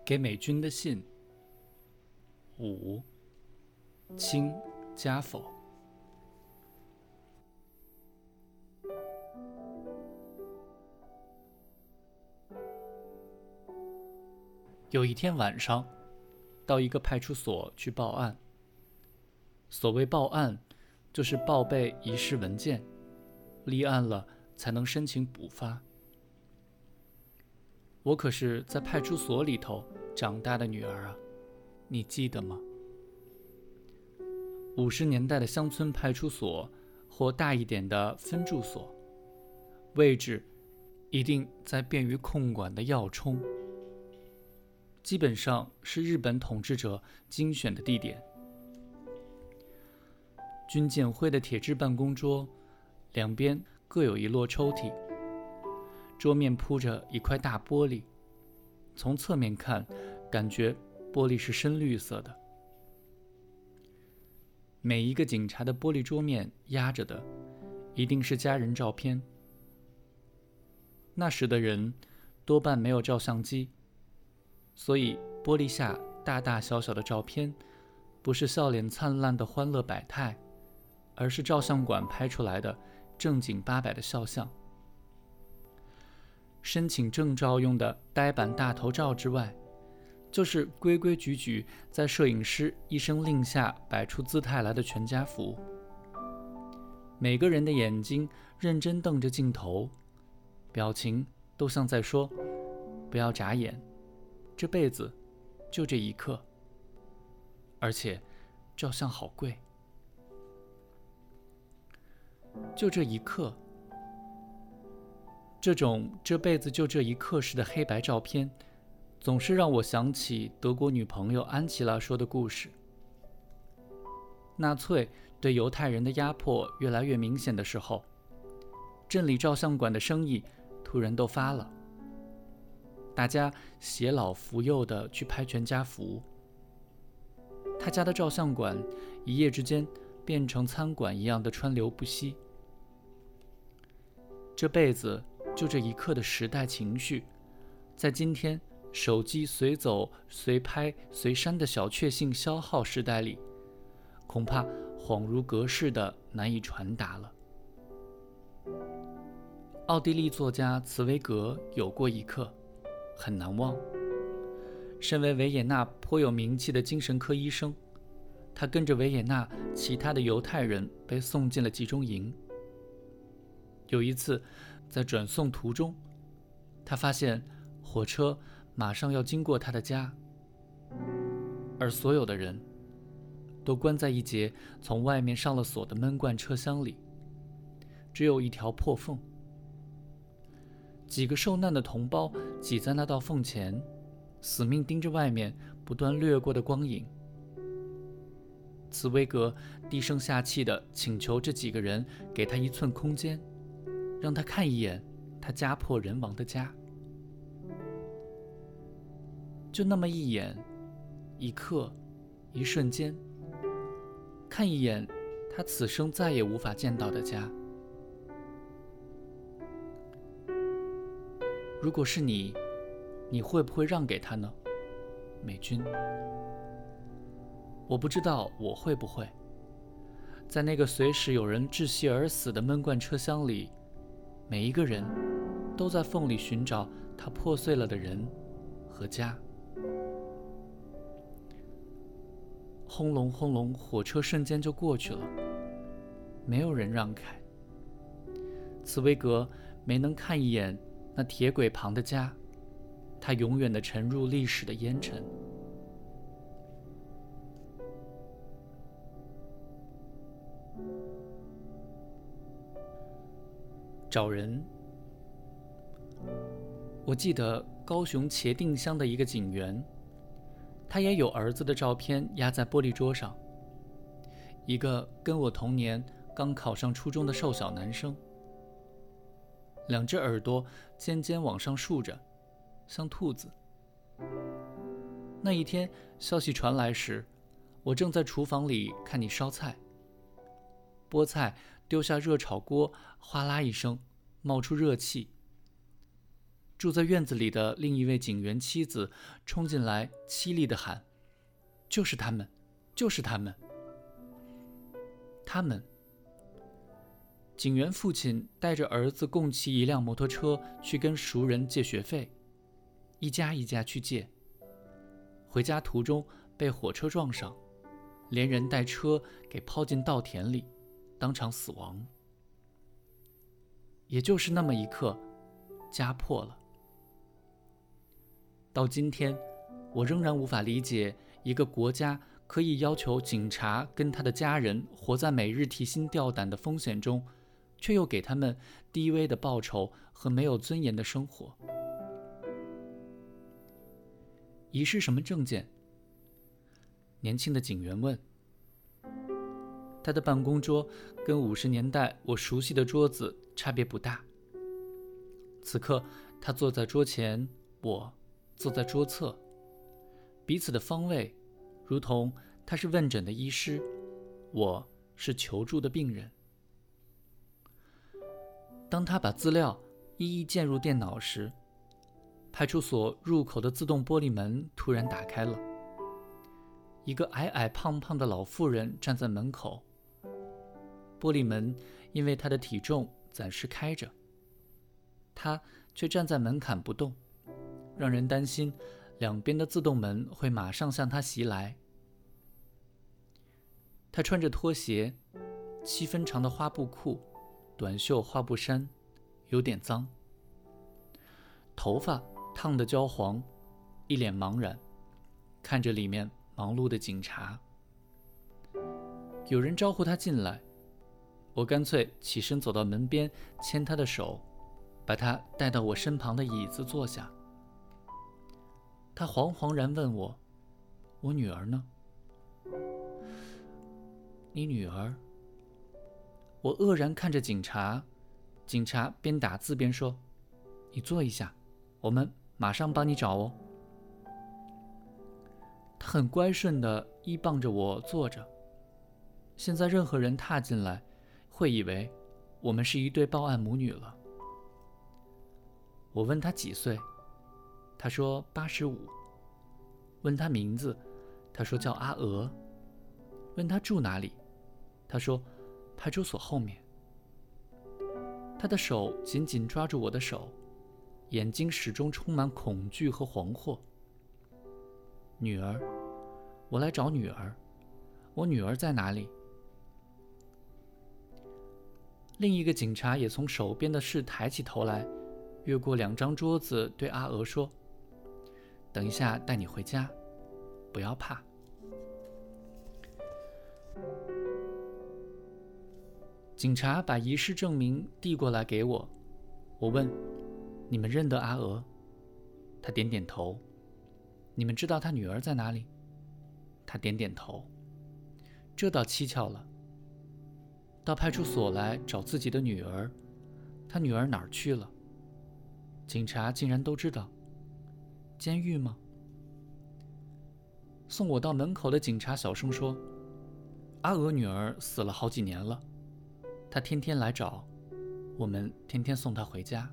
给美君的信5，亲加否。有一天晚上，到一个派出所去报案。所谓报案，就是报备遗失文件，立案了才能申请补发。我可是在派出所里头长大的女儿啊，你记得吗？50年代的乡村派出所或大一点的分驻所，位置一定在便于控管的要冲，基本上是日本统治者精选的地点。军检会的铁质办公桌，两边各有一摞抽屉，桌面铺着一块大玻璃，从侧面看，感觉玻璃是深绿色的。每一个警察的玻璃桌面压着的，一定是家人照片。那时的人多半没有照相机，所以玻璃下大大小小的照片，不是笑脸灿烂的欢乐百态，而是照相馆拍出来的正经八百的肖像。申请证照用的呆板大头照之外，就是规规矩矩在摄影师一声令下摆出姿态来的全家福。每个人的眼睛认真瞪着镜头，表情都像在说：不要眨眼，这辈子就这一刻。而且照相好贵，就这一刻。这种这辈子就这一刻式的黑白照片，总是让我想起德国女朋友安琪拉说的故事。纳粹对犹太人的压迫越来越明显的时候，镇里照相馆的生意突然都发了，大家携老扶幼的去拍全家福。他家的照相馆一夜之间变成餐馆一样的川流不息。这辈子就这一刻的时代情绪，在今天手机随走随拍随删的小确幸消耗时代里，恐怕恍如隔世的难以传达了。奥地利作家茨威格有过一刻很难忘。身为维也纳颇有名气的精神科医生，他跟着维也纳其他的犹太人被送进了集中营。有一次在转送途中，他发现火车马上要经过他的家，而所有的人都关在一节从外面上了锁的闷罐车厢里，只有一条破缝。几个受难的同胞挤在那道缝前，死命盯着外面不断掠过的光影。茨威格低声下气地请求这几个人给他一寸空间，让他看一眼他家破人亡的家。就那么一眼，一刻，一瞬间，看一眼他此生再也无法见到的家。如果是你，你会不会让给他呢，美君？我不知道我会不会。在那个随时有人窒息而死的闷罐车厢里，每一个人都在缝里寻找他破碎了的人和家。轰隆轰隆，火车瞬间就过去了，没有人让开。茨威格没能看一眼那铁轨旁的家，他永远地沉入历史的烟尘。找人，我记得高雄茄定乡的一个警员，他也有儿子的照片压在玻璃桌上，一个跟我同年刚考上初中的瘦小男生，两只耳朵尖尖往上竖着，像兔子。那一天消息传来时，我正在厨房里看你烧菜，菠菜丢下热炒锅，哗啦一声冒出热气。 住在院子里的另一位警员妻子冲进来，凄厉地喊：“就是他们，就是他们！”他们。警员父亲带着儿子共骑一辆摩托车去跟熟人借学费，一家一家去借。回家途中被火车撞上，连人带车给抛进稻田里，当场死亡。也就是那么一刻，家破了。到今天，我仍然无法理解一个国家可以要求警察跟他的家人活在每日提心吊胆的风险中，却又给他们低微的报酬和没有尊严的生活。仪是什么证件？年轻的警员问。他的办公桌跟50年代我熟悉的桌子差别不大。此刻他坐在桌前，我坐在桌侧，彼此的方位如同他是问诊的医师，我是求助的病人。当他把资料一一键入电脑时，派出所入口的自动玻璃门突然打开了。一个矮矮胖胖的老妇人站在门口，玻璃门因为她的体重暂时开着，她却站在门槛不动，让人担心两边的自动门会马上向她袭来。她穿着拖鞋，7分长的花布裤，短袖花布衫，有点脏，头发烫得焦黄，一脸茫然，看着里面忙碌的警察。有人招呼他进来，我干脆起身走到门边，牵他的手，把他带到我身旁的椅子坐下。他惶惶然问我：“我女儿呢？”“你女儿？”我愕然看着警察，警察边打字边说：“你坐一下，我们马上帮你找哦。”他很乖顺地依傍着我坐着。现在任何人踏进来，会以为我们是一对报案母女了。我问他几岁，他说85。问他名字，他说叫阿娥。问他住哪里，他说派出所后面。他的手紧紧抓住我的手，眼睛始终充满恐惧和惶惑。女儿，我来找女儿，我女儿在哪里？另一个警察也从手边的事抬起头来，越过2张桌子对阿娥说：“等一下带你回家，不要怕。”警察把遗失证明递过来给我，我问：“你们认得阿娥？”他点点头。“你们知道他女儿在哪里？”他点点头。这倒蹊跷了，到派出所来找自己的女儿，他女儿哪儿去了？警察竟然都知道。监狱吗？送我到门口的警察小声说：“阿娥女儿死了好几年了，她天天来找，我们天天送她回家。”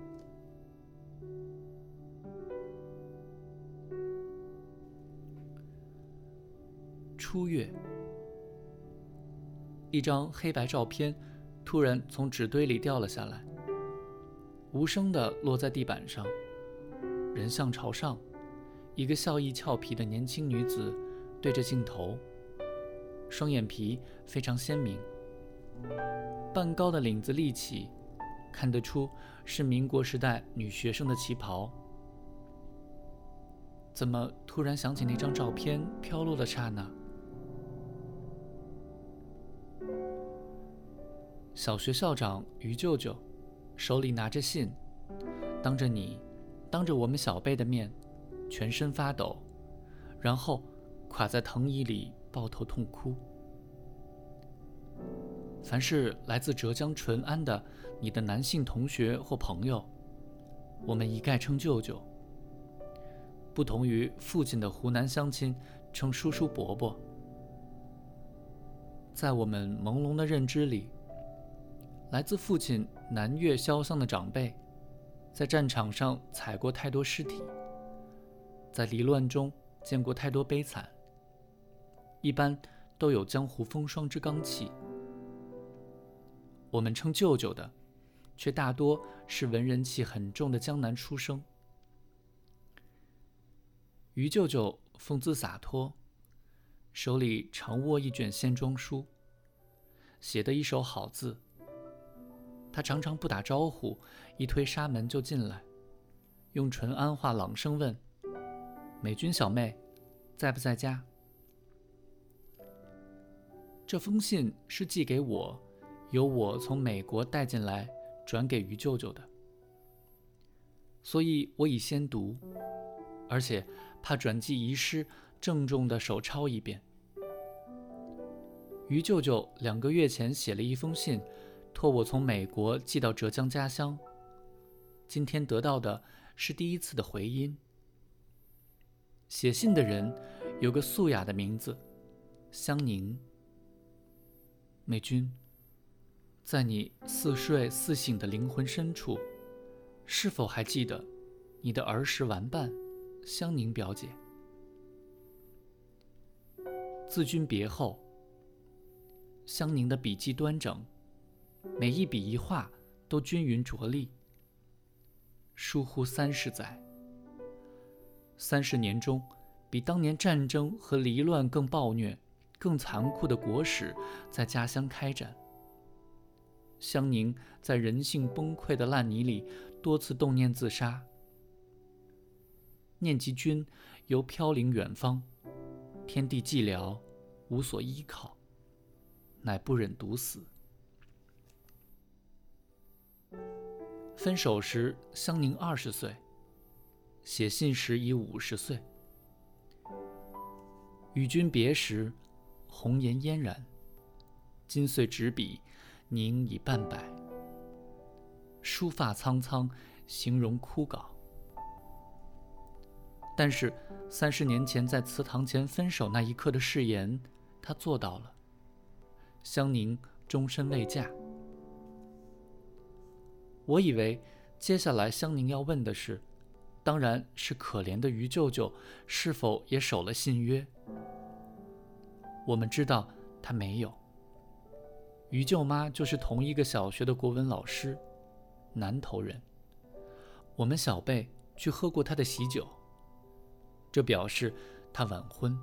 初月，一张黑白照片突然从纸堆里掉了下来，无声地落在地板上。人像朝上，一个笑意俏皮的年轻女子对着镜头，双眼皮非常鲜明，半高的领子立起，看得出是民国时代女学生的旗袍。怎么突然想起那张照片飘落的刹那？小学校长于舅舅手里拿着信，当着你，当着我们小辈的面，全身发抖，然后垮在藤椅里抱头痛哭。凡是来自浙江淳安的你的男性同学或朋友，我们一概称舅舅，不同于父亲的湖南乡亲称叔叔伯伯。在我们朦胧的认知里，来自父亲南粤潇湘的长辈， 在战场上踩过太多尸体，在离乱中见过太多悲惨，一般都有江湖风霜之刚气。我们称舅舅的，却大多是文人气很重的江南出生。于舅舅风姿洒脱，手里常握一卷线装书，写得一手好字。他常常不打招呼，一推纱门就进来，用纯安话朗声问：“美君小妹，在不在家？”这封信是寄给我，由我从美国带进来，转给于舅舅的，所以我已先读，而且怕转寄遗失，郑重地手抄一遍。于舅舅2个月前写了一封信，托我从美国寄到浙江家乡，今天得到的是第一次的回音。写信的人有个素雅的名字，香凝。美君，在你似睡似醒的灵魂深处，是否还记得你的儿时玩伴香凝表姐？自君别后，香凝的笔迹端整，每一笔一画都均匀着力。疏忽30载，30年中，比当年战争和离乱更暴虐、更残酷的国史在家乡开展。香凝在人性崩溃的烂泥里多次动念自杀，念及君犹飘零远方，天地寂寥，无所依靠，乃不忍独死。分手时，香凝20岁，写信时已50岁。与君别时，红颜嫣然，金穗执笔，凝已半百。梳发苍苍，形容枯槁。但是30年前在祠堂前分手那一刻的誓言，他做到了。香凝终身未嫁。我以为接下来香凝要问的是，当然是可怜的于舅舅是否也守了信约。我们知道他没有。于舅妈就是同一个小学的国文老师，南头人。我们小辈去喝过他的喜酒，这表示他晚婚。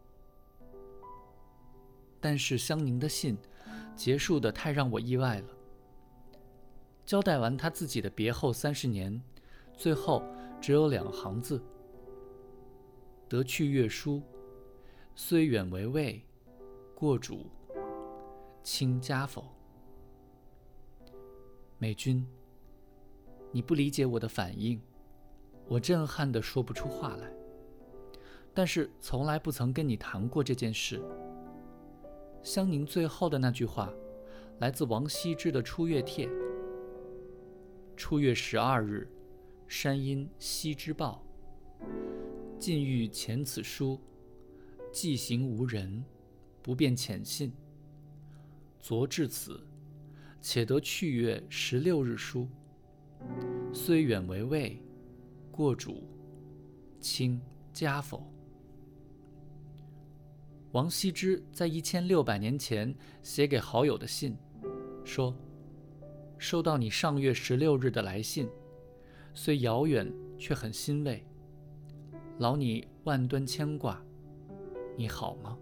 但是香凝的信结束得太让我意外了。交代完他自己的别后30年，最后只有2行字：得去月疏，虽远为魏，过主，卿家否？美君，你不理解我的反应，我震撼得说不出话来。但是从来不曾跟你谈过这件事。香凝最后的那句话，来自王羲之的《出月帖》。初月12日，山阴羲之报。晋欲遣此书，寄行无人，不便遣信。昨至此，且得去月16日书。虽远为魏，过主，卿家否？王羲之在1600年前写给好友的信，说：收到你上月16日的来信，虽遥远，却很欣慰。劳你万端牵挂，你好吗？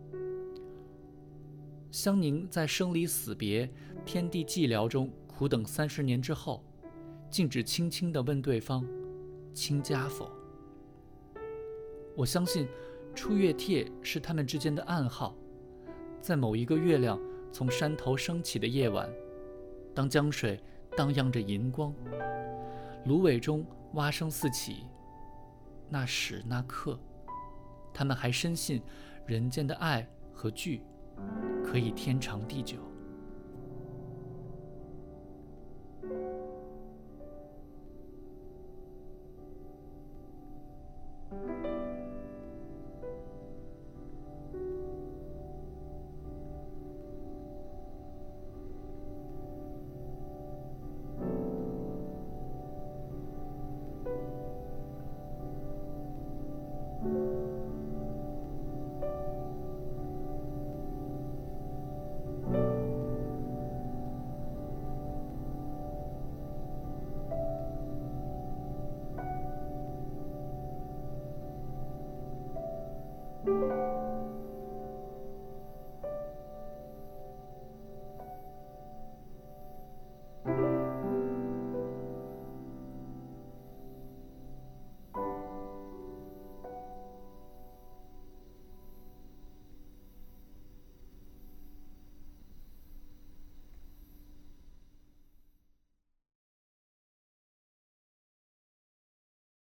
香凝在生离死别、天地寂寥中苦等30年之后，竟只轻轻地问对方：卿家否？我相信出月帖是他们之间的暗号。在某一个月亮从山头升起的夜晚，当江水荡漾着银光，芦苇中蛙声四起，那时那刻，他们还深信人间的爱和聚可以天长地久。